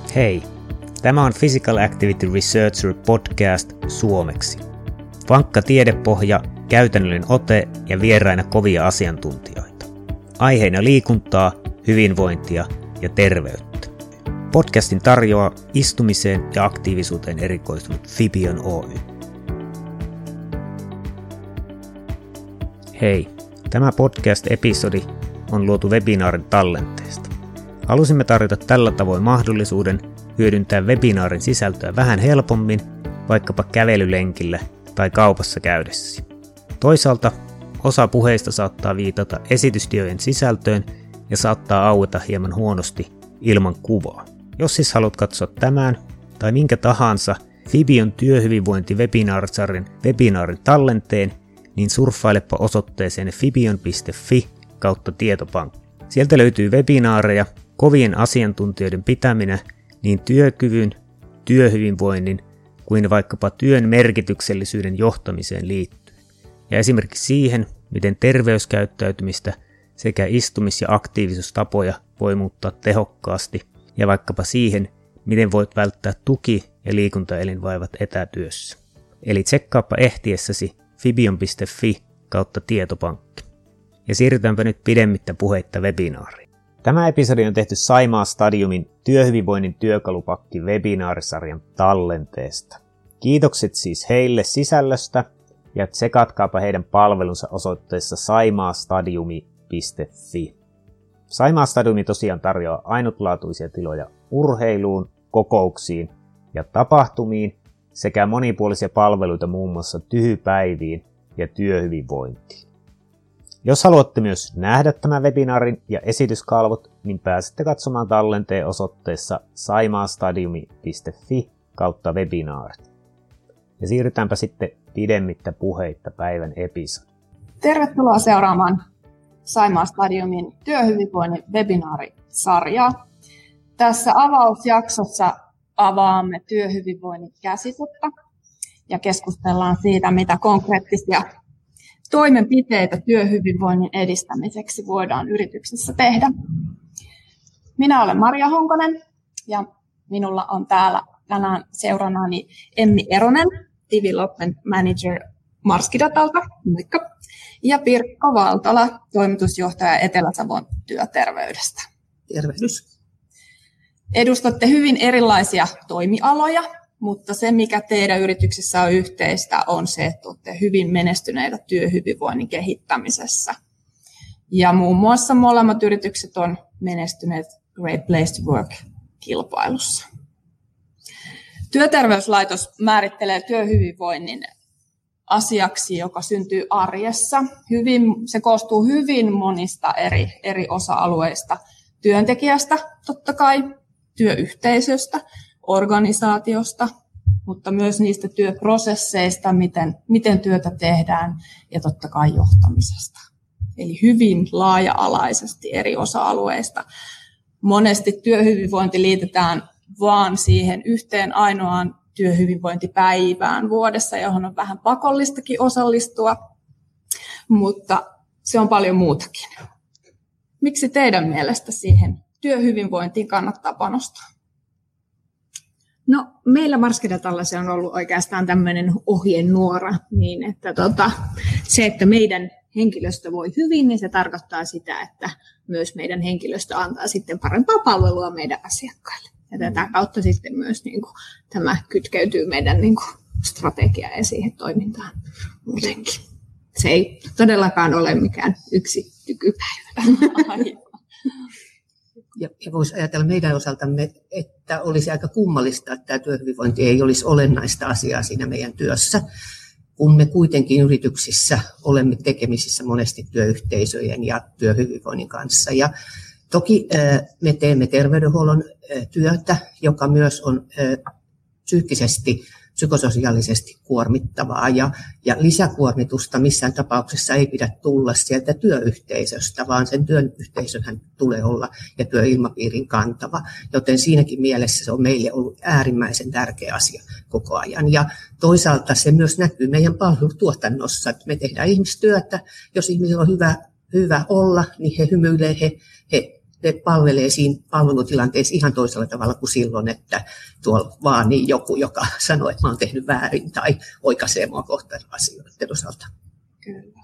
Hei, tämä on Physical Activity Researcher podcast suomeksi. Vankka tiedepohja, käytännöllinen ote ja vieraina kovia asiantuntijoita. Aiheina liikuntaa, hyvinvointia ja terveyttä. Podcastin tarjoaa istumiseen ja aktiivisuuteen erikoistunut Fibion Oy. Hei, tämä podcast-episodi on luotu webinaarin tallenteesta. Halusimme tarjota tällä tavoin mahdollisuuden hyödyntää webinaarin sisältöä vähän helpommin, vaikkapa kävelylenkillä tai kaupassa käydessä. Toisaalta osa puheista saattaa viitata esitysdiojen sisältöön ja saattaa aueta hieman huonosti ilman kuvaa. Jos siis haluat katsoa tämän tai minkä tahansa Fibion työhyvinvointi-webinaarisarjan webinaarin tallenteen, niin surffailepa osoitteeseen fibion.fi/tietopankki. Sieltä löytyy webinaareja kovien asiantuntijoiden pitäminä niin työkyvyn, työhyvinvoinnin kuin vaikkapa työn merkityksellisyyden johtamiseen liittyen. Ja esimerkiksi siihen, miten terveyskäyttäytymistä sekä istumis- ja aktiivisuustapoja voi muuttaa tehokkaasti ja vaikkapa siihen, miten voit välttää tuki- ja liikuntaelinvaivat etätyössä. Eli tsekkaappa ehtiessäsi fibion.fi/tietopankki. Ja siirrytäänpä nyt pidemmittä puheitta webinaariin. Tämä episodi on tehty Saimaa Stadiumin työhyvinvoinnin työkalupakki webinaarisarjan tallenteesta. Kiitokset siis heille sisällöstä ja tsekatkaapa heidän palvelunsa osoitteessa saimaastadiumi.fi. Saimaa Stadiumi tosiaan tarjoaa ainutlaatuisia tiloja urheiluun, kokouksiin ja tapahtumiin sekä monipuolisia palveluita muun muassa tyhypäiviin ja työhyvinvointiin. Jos haluatte myös nähdä tämän webinaarin ja esityskalvot, niin pääsette katsomaan tallenteen osoitteessa saimaastadiumi.fi/webinaarit. Ja siirrytäänpä sitten pidemmittä puheitta päivän episodiin. Tervetuloa seuraamaan Saimaa Stadiumin työhyvinvoinnin webinaarisarjaa. Tässä avausjaksossa avaamme työhyvinvoinnin käsitettä ja keskustellaan siitä, mitä konkreettisia toimenpiteitä työhyvinvoinnin edistämiseksi voidaan yrityksessä tehdä. Minä olen Maria Honkonen ja minulla on täällä tänään seurannani Emmi Eronen, Development Manager Marskidatalta, moikka, ja Pirkko Valtola, toimitusjohtaja Etelä-Savon työterveydestä. Tervehdys. Edustatte hyvin erilaisia toimialoja, mutta se, mikä teidän yrityksessä on yhteistä, on se, että olette hyvin menestyneitä työhyvinvoinnin kehittämisessä. Ja muun muassa molemmat yritykset on menestyneet Great Place to Work-kilpailussa. Työterveyslaitos määrittelee työhyvinvoinnin asiaksi, joka syntyy arjessa. Se koostuu hyvin monista eri osa-alueista. Työntekijästä, totta kai, työyhteisöstä, organisaatiosta, mutta myös niistä työprosesseista, miten työtä tehdään ja totta kai johtamisesta. Eli hyvin laaja-alaisesti eri osa-alueista. Monesti työhyvinvointi liitetään vaan siihen yhteen ainoaan työhyvinvointipäivään vuodessa, johon on vähän pakollistakin osallistua, mutta se on paljon muutakin. Miksi teidän mielestä siihen työhyvinvointiin kannattaa panostaa? No, meillä Marskidatalla se on ollut oikeastaan tämmöinen ohjenuora, niin että se, että meidän henkilöstö voi hyvin, niin se tarkoittaa sitä, että myös meidän henkilöstö antaa sitten parempaa palvelua meidän asiakkaille. Ja tätä kautta sitten myös tämä kytkeytyy meidän strategiaan ja siihen toimintaan muutenkin. Se ei todellakaan ole mikään yksi tykypäivä. Ja voisi ajatella meidän osaltamme, että olisi aika kummallista, että tämä työhyvinvointi ei olisi olennaista asiaa siinä meidän työssä, kun me kuitenkin yrityksissä olemme tekemisissä monesti työyhteisöjen ja työhyvinvoinnin kanssa. Ja toki me teemme terveydenhuollon työtä, joka myös on psyykkisesti, psykososiaalisesti kuormittavaa ja lisäkuormitusta missään tapauksessa ei pidä tulla sieltä työyhteisöstä, vaan sen työyhteisönhän tulee olla ja työilmapiirin kantava, joten siinäkin mielessä se on meille ollut äärimmäisen tärkeä asia koko ajan. Ja toisaalta se myös näkyy meidän palvelutuotannossa, että me tehdään ihmistyötä, jos ihmisillä on hyvä olla, niin he hymyilee, he ne palvelee siinä palvelutilanteessa ihan toisella tavalla kuin silloin, että tuolla vaan niin joku, joka sanoo, että mä oon tehnyt väärin tai oikaisee mua kohta asioiden osalta. Kyllä.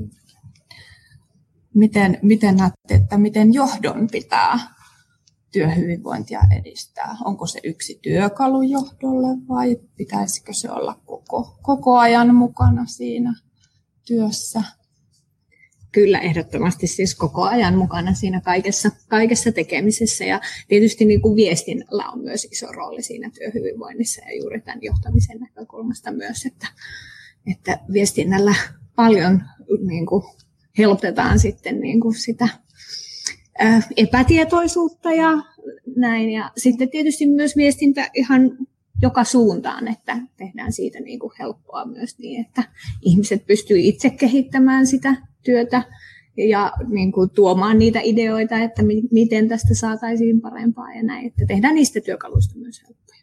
Miten näette, että miten johdon pitää työhyvinvointia edistää? Onko se yksi työkalu johdolle vai pitäisikö se olla koko ajan mukana siinä työssä? Kyllä, ehdottomasti siis koko ajan mukana siinä kaikessa tekemisessä. Ja tietysti niin kuin viestinnällä on myös iso rooli siinä työhyvinvoinnissa ja juuri tämän johtamisen näkökulmasta myös, että viestinnällä paljon niin kuin helpotetaan sitten niin kuin sitä epätietoisuutta ja näin. Ja sitten tietysti myös viestintä ihan joka suuntaan, että tehdään siitä niin kuin helppoa myös niin, että ihmiset pystyy itse kehittämään sitä työtä ja niin kuin tuomaan niitä ideoita, että miten tästä saataisiin parempaa ja näin, että tehdään niistä työkaluista myös helppoja.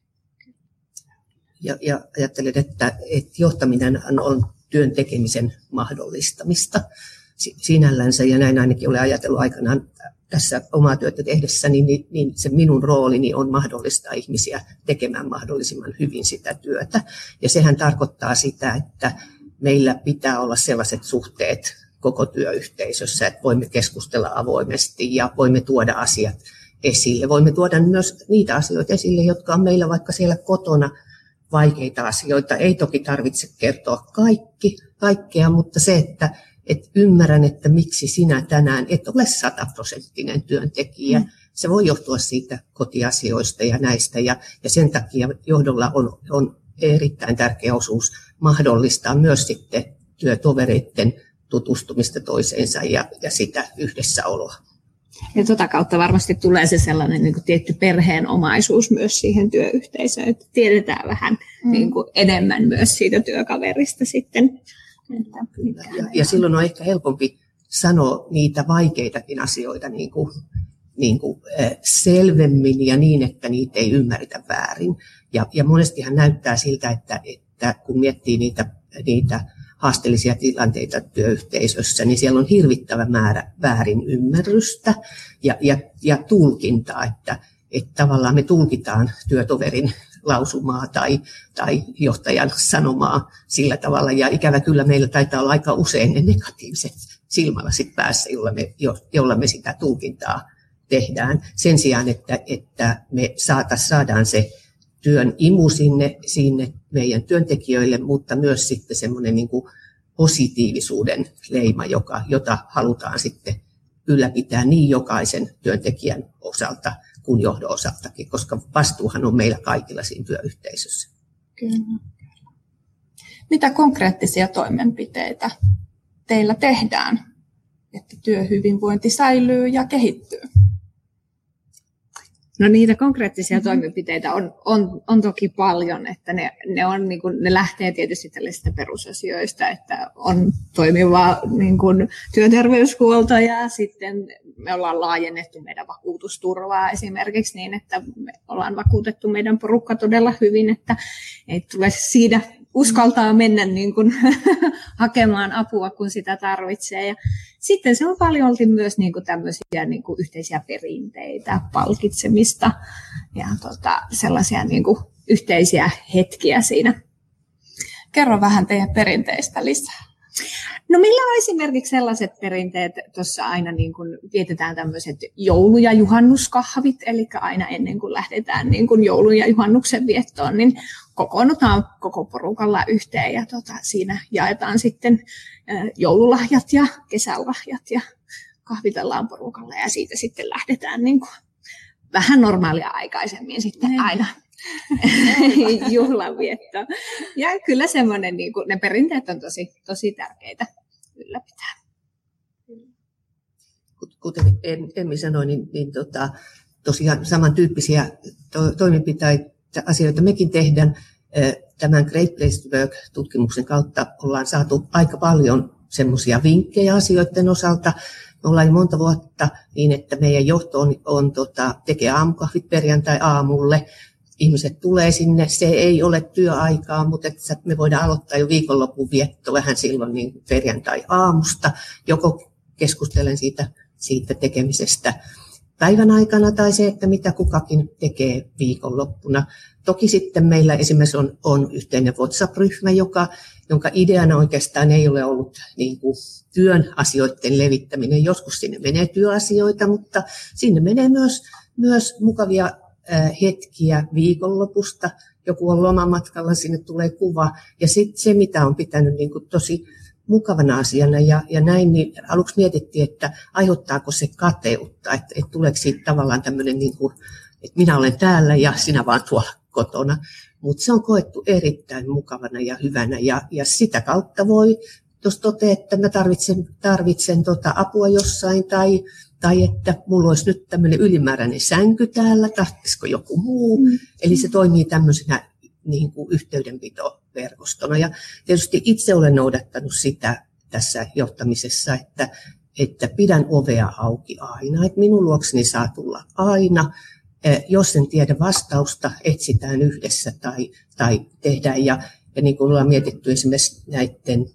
Ja ajattelen, että johtaminen on työn tekemisen mahdollistamista sinällänsä, ja näin ainakin olen ajatellut aikanaan tässä omaa työtä tehdessäni, niin se minun roolini on mahdollistaa ihmisiä tekemään mahdollisimman hyvin sitä työtä. Ja sehän tarkoittaa sitä, että meillä pitää olla sellaiset suhteet koko työyhteisössä, että voimme keskustella avoimesti ja voimme tuoda asiat esille. Voimme tuoda myös niitä asioita esille, jotka on meillä vaikka siellä kotona vaikeita asioita. Ei toki tarvitse kertoa kaikkea, mutta se, että ymmärrän, että miksi sinä tänään et ole 100% työntekijä. Se voi johtua siitä kotiasioista ja näistä, ja sen takia johdolla on erittäin tärkeä osuus mahdollistaa myös sitten työtovereiden tutustumista toiseensa ja sitä yhdessäoloa. Ja tota kautta varmasti tulee se sellainen niin kuin tietty perheenomaisuus myös siihen työyhteisöön, että tiedetään vähän niin kuin enemmän myös siitä työkaverista sitten. Ja silloin on ehkä helpompi sanoa niitä vaikeitakin asioita niin kuin selvemmin ja niin, että niitä ei ymmärretä väärin. Ja monestihan näyttää siltä, että kun miettii niitä haasteellisia tilanteita työyhteisössä, niin siellä on hirvittävä määrä väärin ymmärrystä ja tulkintaa, että tavallaan me tulkitaan työtoverin lausumaa tai johtajan sanomaa sillä tavalla. Ja ikävä kyllä meillä taitaa olla aika usein ne negatiiviset silmälasit päässä, jolla me sitä tulkintaa tehdään. Sen sijaan, että me saadaan se työn imu sinne meidän työntekijöille, mutta myös sitten semmoinen niin kuin positiivisuuden leima, jota halutaan sitten ylläpitää niin jokaisen työntekijän osalta kuin johdon osaltakin, koska vastuuhan on meillä kaikilla siinä työyhteisössä. Kyllä. Mitä konkreettisia toimenpiteitä teillä tehdään, että työhyvinvointi säilyy ja kehittyy? No niitä konkreettisia toimenpiteitä on toki paljon, että ne lähtee tietysti tällaisista perusasioista, että on toimiva niin kuin työterveyshuolto ja sitten me ollaan laajennettu meidän vakuutusturvaa esimerkiksi niin, että me ollaan vakuutettu meidän porukka todella hyvin, että ei tule siitä uskaltaa mennä niin kuin hakemaan apua, kun sitä tarvitsee. Ja sitten se on paljon myös niin kuin tämmöisiä niin kuin yhteisiä perinteitä, palkitsemista ja sellaisia niin kuin yhteisiä hetkiä siinä. Kerro vähän teidän perinteistä lisää. No meillä on esimerkiksi sellaiset perinteet, tuossa aina niin kuin vietetään tämmöiset joulu- ja juhannuskahvit, eli aina ennen kuin lähdetään niin kuin joulun ja juhannuksen viettoon, niin kokoonnutaan koko porukalla yhteen ja siinä jaetaan sitten joululahjat ja kesälahjat ja kahvitellaan porukalla ja siitä sitten lähdetään niin kuin vähän normaalia aikaisemmin sitten aina juhlanviettoon. Ja kyllä semmoinen, niin kuin, ne perinteet on tosi tärkeitä ylläpitää. Kuten Emmi sanoi, niin tosiaan samantyyppisiä toimenpiteitä, asioita mekin tehdään. Tämän Great Place to Work-tutkimuksen kautta ollaan saatu aika paljon semmoisia vinkkejä asioiden osalta. Me ollaan jo monta vuotta niin, että meidän johto tekee aamukahvit perjantai-aamulle. Ihmiset tulee sinne, se ei ole työaikaa, mutta me voidaan aloittaa jo viikonlopun vietto vähän silloin niin perjantai-aamusta, joko keskustelen siitä tekemisestä päivän aikana tai se, että mitä kukakin tekee viikonloppuna. Toki sitten meillä esimerkiksi on yhteinen WhatsApp-ryhmä, jonka ideana oikeastaan ei ole ollut niin kuin työn asioiden levittäminen. Joskus sinne menee työasioita, mutta sinne menee myös mukavia hetkiä viikonlopusta. Joku on lomamatkalla, sinne tulee kuva. Ja sitten se, mitä on pitänyt niin kuin tosi mukavana asiana ja näin, niin aluksi mietittiin, että aiheuttaako se kateutta, että tuleeko siitä tavallaan tämmöinen, niin kuin, että minä olen täällä ja sinä vaan tuolla kotona. Mutta se on koettu erittäin mukavana ja hyvänä ja sitä kautta voi, jos toteaa, että mä tarvitsen apua jossain tai että mulla olisi nyt tämmöinen ylimääräinen sänky täällä, tahtisiko joku muu. Eli se toimii tämmöisenä niin kuin yhteydenpitoverkostona. Ja tietysti itse olen noudattanut sitä tässä johtamisessa, että pidän ovea auki aina, että minun luokseni saa tulla aina. Jos en tiedä vastausta, etsitään yhdessä tai tehdään. Ja niin kuin ollaan mietitty esimerkiksi näiden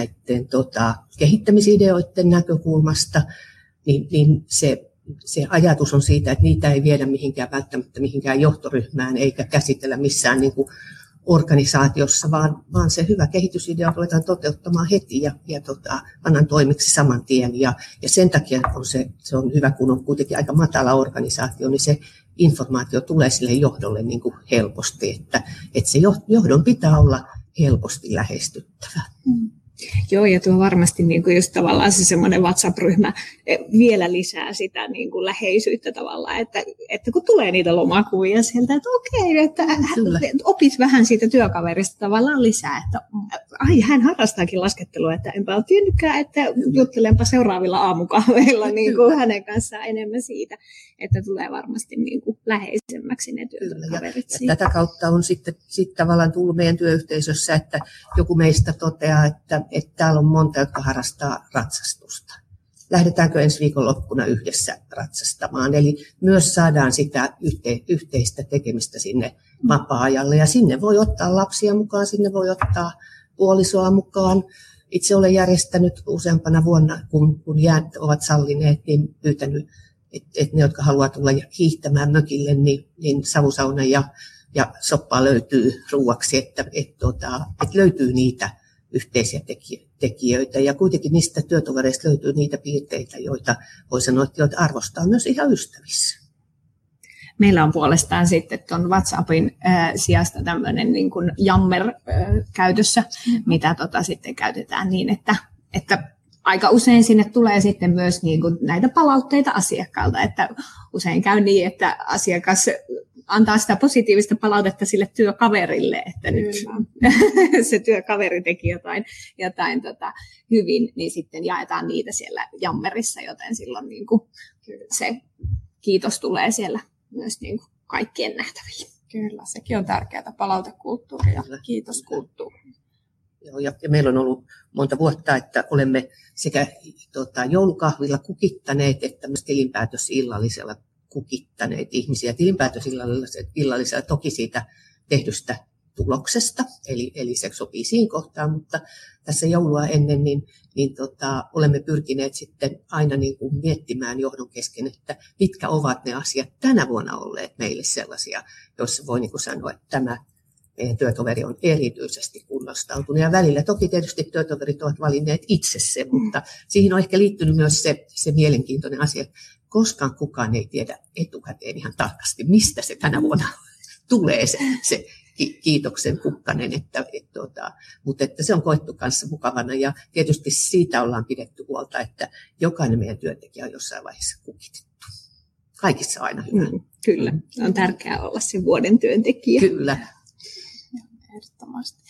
kehittämisideoiden näkökulmasta, niin se ajatus on siitä, että niitä ei viedä välttämättä mihinkään johtoryhmään eikä käsitellä missään niin kuin organisaatiossa, vaan se hyvä kehitysidea ruvetaan toteuttamaan heti ja pannaan toimiksi saman tien. Ja sen takia se on hyvä, kun on kuitenkin aika matala organisaatio, niin se informaatio tulee sille johdolle niin kuin helposti, että se johdon pitää olla helposti lähestyttävä. Joo, ja tuo varmasti niin kuin just tavallaan se semmoinen WhatsApp-ryhmä vielä lisää sitä niin kuin läheisyyttä tavallaan, että kun tulee niitä lomakuvia sieltä, että okei, että opit vähän siitä työkaverista tavallaan lisää, että hän harrastaakin laskettelua, että enpä ole tiennytkään, että juttelenpa seuraavilla aamukahveilla niin kuin hänen kanssaan enemmän siitä, että tulee varmasti niin kuin läheisemmäksi ne työkaverit. Ja tätä kautta on sitten tavallaan tullut meidän työyhteisössä, että joku meistä toteaa, että täällä on monta, jotka harrastaa ratsastusta. Lähdetäänkö ensi viikonloppuna yhdessä ratsastamaan? Eli myös saadaan sitä yhteistä tekemistä sinne vapaa-ajalle. Ja sinne voi ottaa lapsia mukaan, sinne voi ottaa puolisoa mukaan. Itse olen järjestänyt useampana vuonna, kun jäät ovat sallineet, niin pyytänyt, että ne, jotka haluaa tulla hiihtämään mökille, niin savusauna ja soppaa löytyy ruuaksi, että löytyy niitä yhteisiä tekijöitä. Ja kuitenkin niistä työtovereista löytyy niitä piirteitä, joita voi sanoa, että joita arvostaa myös ihan ystävissä. Meillä on puolestaan sitten tuon WhatsAppin sijasta tämmöinen niin kuin Yammer käytössä, mitä sitten käytetään niin, että aika usein sinne tulee sitten myös niin kuin näitä palautteita asiakkaalta, että usein käy niin, että asiakas antaa sitä positiivista palautetta sille työkaverille, että nyt se työkaveri teki jotain hyvin, niin sitten jaetaan niitä siellä Jammerissa, joten silloin niin kuin se kiitos tulee siellä myös niin kuin kaikkien nähtäville. Kyllä, sekin on tärkeää, palautekulttuuri ja kiitoskulttuuri. Joo, ja meillä on ollut monta vuotta, että olemme sekä joulukahvilla kukittaneet, että myös tilinpäätösillallisella kukittaneet ihmisiä. Tilinpäätösillallisella toki siitä tehdystä tuloksesta, eli se sopii siinä kohtaa, mutta tässä joulua ennen niin olemme pyrkineet sitten aina niin kuin miettimään johdon kesken, että mitkä ovat ne asiat tänä vuonna olleet meille sellaisia, joissa voi niin kuin sanoa, että tämä meidän työtoveri on erityisesti kunnostautunut. Ja välillä toki tietysti työtoverit ovat valinneet itse sen, mutta siihen on ehkä liittynyt myös se mielenkiintoinen asia, että koskaan kukaan ei tiedä etukäteen ihan tarkasti, mistä se tänä vuonna tulee se kiitoksen kukkanen, mutta että se on koettu kanssa mukavana ja tietysti siitä ollaan pidetty huolta, että jokainen meidän työntekijä on jossain vaiheessa kukitettu. Kaikissa aina hyvä. Kyllä, on tärkeää olla se vuoden työntekijä. Kyllä. Ehdottomasti.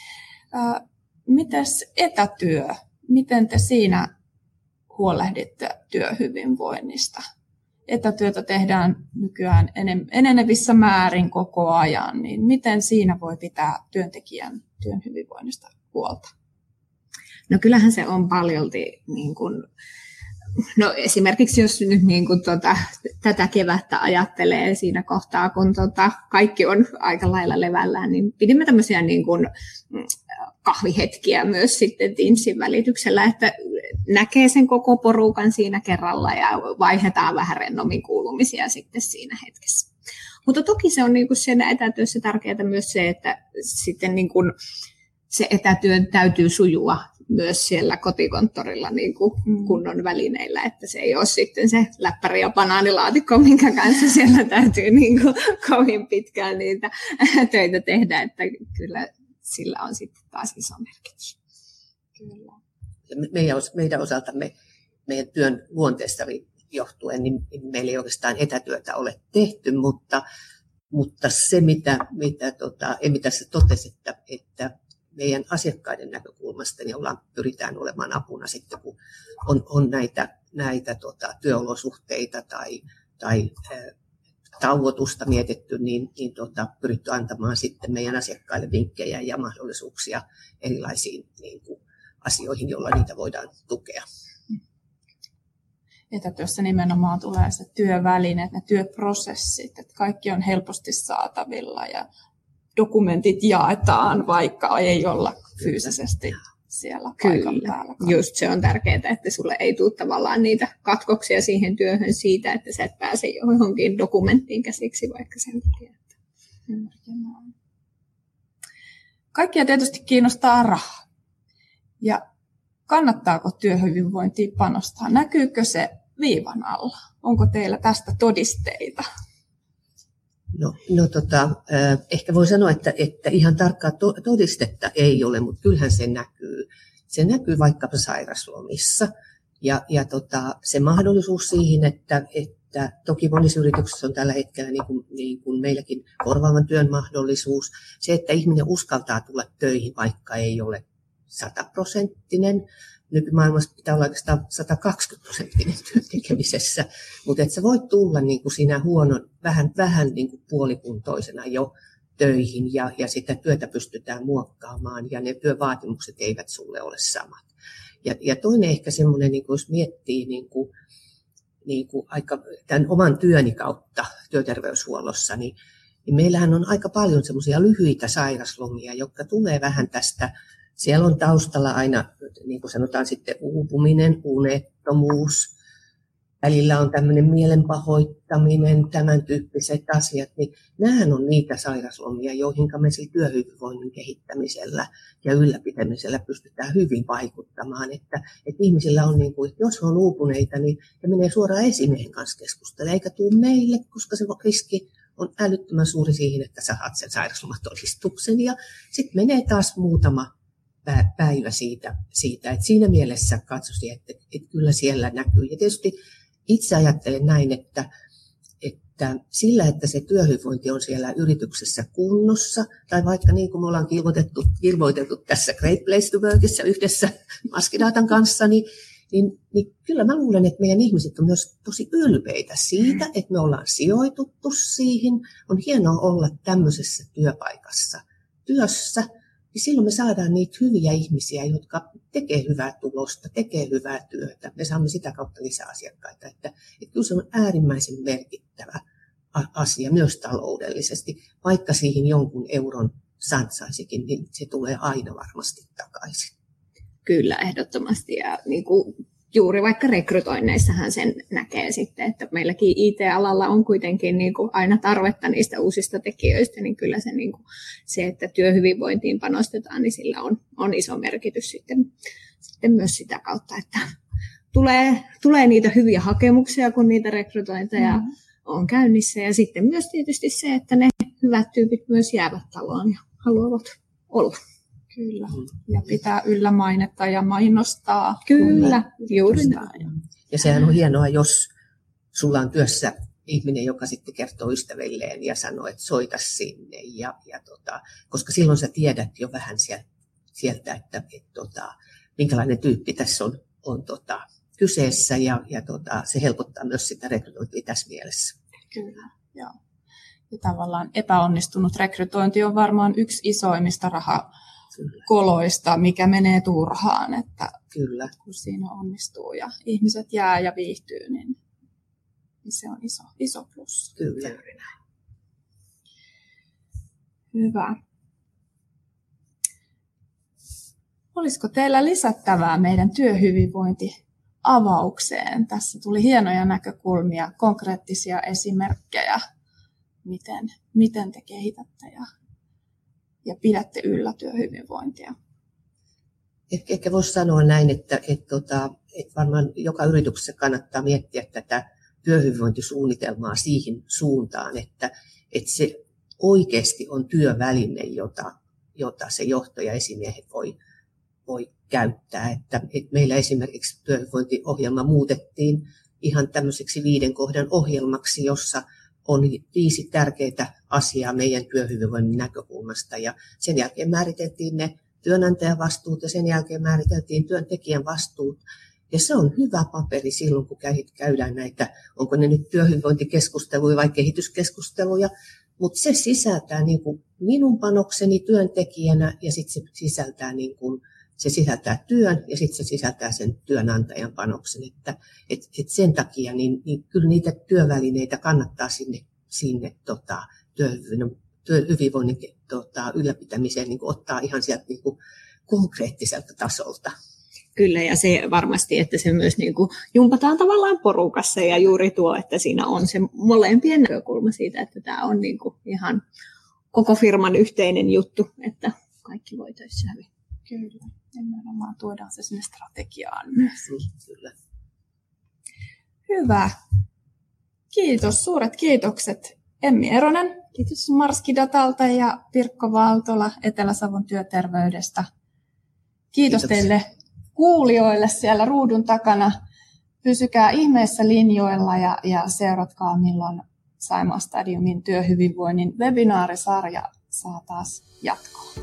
Mites etätyö? Miten te siinä huolehditte työhyvinvoinnista? Etätyötä tehdään nykyään enenevissä määrin koko ajan, niin miten siinä voi pitää työntekijän työn hyvinvoinnista huolta? No kyllähän se on paljolti, niin kuin, no esimerkiksi jos nyt niin kuin tätä kevättä ajattelee siinä kohtaa, kun kaikki on aika lailla levällään, niin pidimme tämmöisiä niin kuin kahvihetkiä myös sitten Teamsin välityksellä, että näkee sen koko porukan siinä kerralla ja vaihdetaan vähän rennommin kuulumisia sitten siinä hetkessä. Mutta toki se on niin kuin siinä etätyössä tärkeää myös se, että sitten niin kuin se etätyön täytyy sujua myös siellä kotikonttorilla niin kuin kunnon välineillä, että se ei ole sitten se läppäri- ja banaanilaatikko, minkä kanssa siellä täytyy niin kuin kovin pitkään niitä töitä tehdä, että kyllä sillä on sitten taas iso merkitys. Kyllä. Meidän osaltamme, meidän työn luonteesta johtuen, niin meillä ei oikeastaan etätyötä ole tehty, mutta se, mitä Emmi tässä totesi, että meidän asiakkaiden näkökulmasta niin pyritään olemaan apuna sitten, kun on näitä työolosuhteita tai tauotusta mietitty, niin pyritty antamaan sitten meidän asiakkaille vinkkejä ja mahdollisuuksia erilaisiin niin kuin asioihin, joilla niitä voidaan tukea. Etätyössä nimenomaan tulee se työvälineet, ne työprosessit, että kaikki on helposti saatavilla ja dokumentit jaetaan, vaikka ei olla fyysisesti siellä paikan päällä. Just se on tärkeää, että sulle ei tule tavallaan niitä katkoksia siihen työhön siitä, että sä et pääse johonkin dokumenttiin käsiksi vaikka sen takia. Kaikkia tietysti kiinnostaa raha. Ja kannattaako työhyvinvointiin panostaa? Näkyykö se viivan alla? Onko teillä tästä todisteita? Ehkä voi sanoa, että ihan tarkkaa todistetta ei ole, mutta kyllähän se näkyy. Se näkyy vaikkapa sairaslomissa. Ja se mahdollisuus siihen, että toki monissa yrityksissä on tällä hetkellä niin kuin meilläkin korvaavan työn mahdollisuus. Se, että ihminen uskaltaa tulla töihin, vaikka ei ole 100%. Nykymaailmassa pitää olla oikeastaan 120% työn tekemisessä, mutta että sä voit tulla niin kuin siinä vähän niin kuin puolikuntoisena jo töihin ja sitä työtä pystytään muokkaamaan ja ne työvaatimukset eivät sulle ole samat. Ja toinen ehkä semmoinen, niin kuin jos miettii niin kuin aika tämän oman työni kautta työterveyshuollossa, niin meillähän on aika paljon semmoisia lyhyitä sairaslomia, jotka tulee vähän tästä. Siellä on taustalla aina, niin kuin sanotaan sitten, uupuminen, unettomuus. Välillä on tämmöinen mielenpahoittaminen, tämän tyyppiset asiat. Niin nämähän on niitä sairaslomia, joihin me sillä työhyvinvoinnin kehittämisellä ja ylläpitämisellä pystytään hyvin vaikuttamaan. Että ihmisillä on, niin kuin, että jos on uupuneita, niin he menee suoraan esimiehen kanssa keskustelemaan, eikä tule meille, koska se riski on älyttömän suuri siihen, että sä saat sen sairauslomatodistuksen. Ja sitten menee taas muutama päivä siitä. Että siinä mielessä katsoisin, että kyllä siellä näkyy. Ja tietysti itse ajattelen näin, että sillä, että se työhyvinvointi on siellä yrityksessä kunnossa, tai vaikka niin kuin me ollaan ilmoitettu tässä Great Place to Workissa yhdessä Maskidatan kanssa, niin kyllä mä luulen, että meidän ihmiset on myös tosi ylpeitä siitä, että me ollaan sijoituttu siihen. On hienoa olla tämmöisessä työpaikassa työssä. Niin silloin me saadaan niitä hyviä ihmisiä, jotka tekee hyvää tulosta, tekee hyvää työtä. Me saamme sitä kautta lisää asiakkaita. Että kyllä se on äärimmäisen merkittävä asia myös taloudellisesti. Vaikka siihen jonkun euron satsaisikin, niin se tulee aina varmasti takaisin. Kyllä, ehdottomasti. Ja niin kuin juuri vaikka rekrytoinneissahan sen näkee sitten, että meilläkin IT-alalla on kuitenkin niin kuin aina tarvetta niistä uusista tekijöistä, niin kyllä se, niin kuin, se että työhyvinvointiin panostetaan, niin sillä on iso merkitys sitten myös sitä kautta, että tulee niitä hyviä hakemuksia, kun niitä rekrytointeja on käynnissä. Ja sitten myös tietysti se, että ne hyvät tyypit myös jäävät taloon ja haluavat olla. Kyllä, ja pitää yllä mainetta ja mainostaa. Kyllä, juuri näin. Ja sehän on hienoa, jos sulla on työssä ihminen, joka sitten kertoo ystävilleen ja sanoo, että soita sinne. Koska silloin sä tiedät jo vähän sieltä että minkälainen tyyppi tässä on kyseessä. Ja se helpottaa myös sitä rekrytointia tässä mielessä. Kyllä, joo. Ja tavallaan epäonnistunut rekrytointi on varmaan yksi isoimmista rahakoloista, mikä menee turhaan, että kyllä. Kun siinä onnistuu ja ihmiset jää ja viihtyy, niin se on iso plus. Kyllä. Hyvä. Olisiko teillä lisättävää meidän työhyvinvointiavaukseen? Tässä tuli hienoja näkökulmia, konkreettisia esimerkkejä, miten te kehitätte ja pidätte yllä työhyvinvointia. Ehkä voisi sanoa näin, että varmaan joka yrityksessä kannattaa miettiä tätä työhyvinvointisuunnitelmaa siihen suuntaan, että se oikeasti on työväline, jota se johto ja esimiehet voi käyttää. Että meillä esimerkiksi työhyvinvointiohjelma muutettiin ihan tämmöiseksi 5 kohdan ohjelmaksi, jossa on 5 tärkeää asiaa meidän työhyvinvoinnin näkökulmasta. Ja sen jälkeen määriteltiin ne työnantajan vastuut ja sen jälkeen määriteltiin työntekijän vastuut. Ja se on hyvä paperi silloin, kun käydään näitä, onko ne nyt työhyvinvointikeskusteluja vai kehityskeskusteluja, mutta se sisältää niin kuin minun panokseni työntekijänä ja sitten se sisältää työn ja sitten se sisältää sen työnantajan panoksen. Että sen takia niin kyllä niitä työvälineitä kannattaa sinne työhyvinvoinnin ylläpitämiseen niin ottaa ihan sieltä niin konkreettiselta tasolta. Kyllä, ja se varmasti, että se myös niin kuin jumpataan tavallaan porukassa ja juuri tuo, että siinä on se molempien näkökulma siitä, että tämä on niin kuin ihan koko firman yhteinen juttu, että kaikki voi töissä hyvin. Kyllä, nimenomaan tuodaan se sinne strategiaan myös. Kyllä. Hyvä. Kiitos, suuret kiitokset Emmi Eronen. Kiitos Marskidatalta ja Pirkko Valtola Etelä-Savon työterveydestä. Kiitos teille kuulijoille siellä ruudun takana. Pysykää ihmeessä linjoilla ja seuratkaa, milloin Saimaa Stadiumin työhyvinvoinnin webinaarisarja saa taas jatkoa.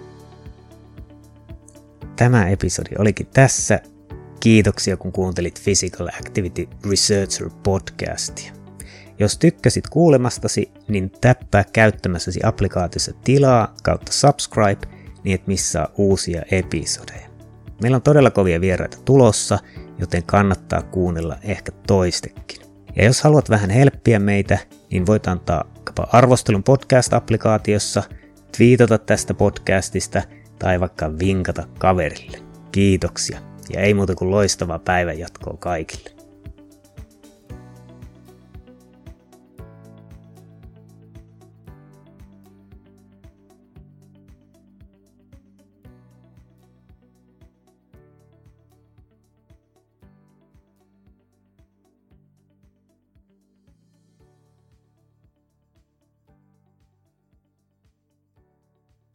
Tämä episodi olikin tässä. Kiitoksia, kun kuuntelit Physical Activity Researcher podcastia. Jos tykkäsit kuulemastasi, niin täppää käyttämässäsi applikaatiossa tilaa kautta subscribe, niin et missaa uusia episodeja. Meillä on todella kovia vieraita tulossa, joten kannattaa kuunnella ehkä toistekin. Ja jos haluat vähän helppiä meitä, niin voit antaa arvostelun podcast-applikaatiossa, twiitata tästä podcastista tai vaikka vinkata kaverille. Kiitoksia ja ei muuta kuin loistavaa päivänjatkoa kaikille.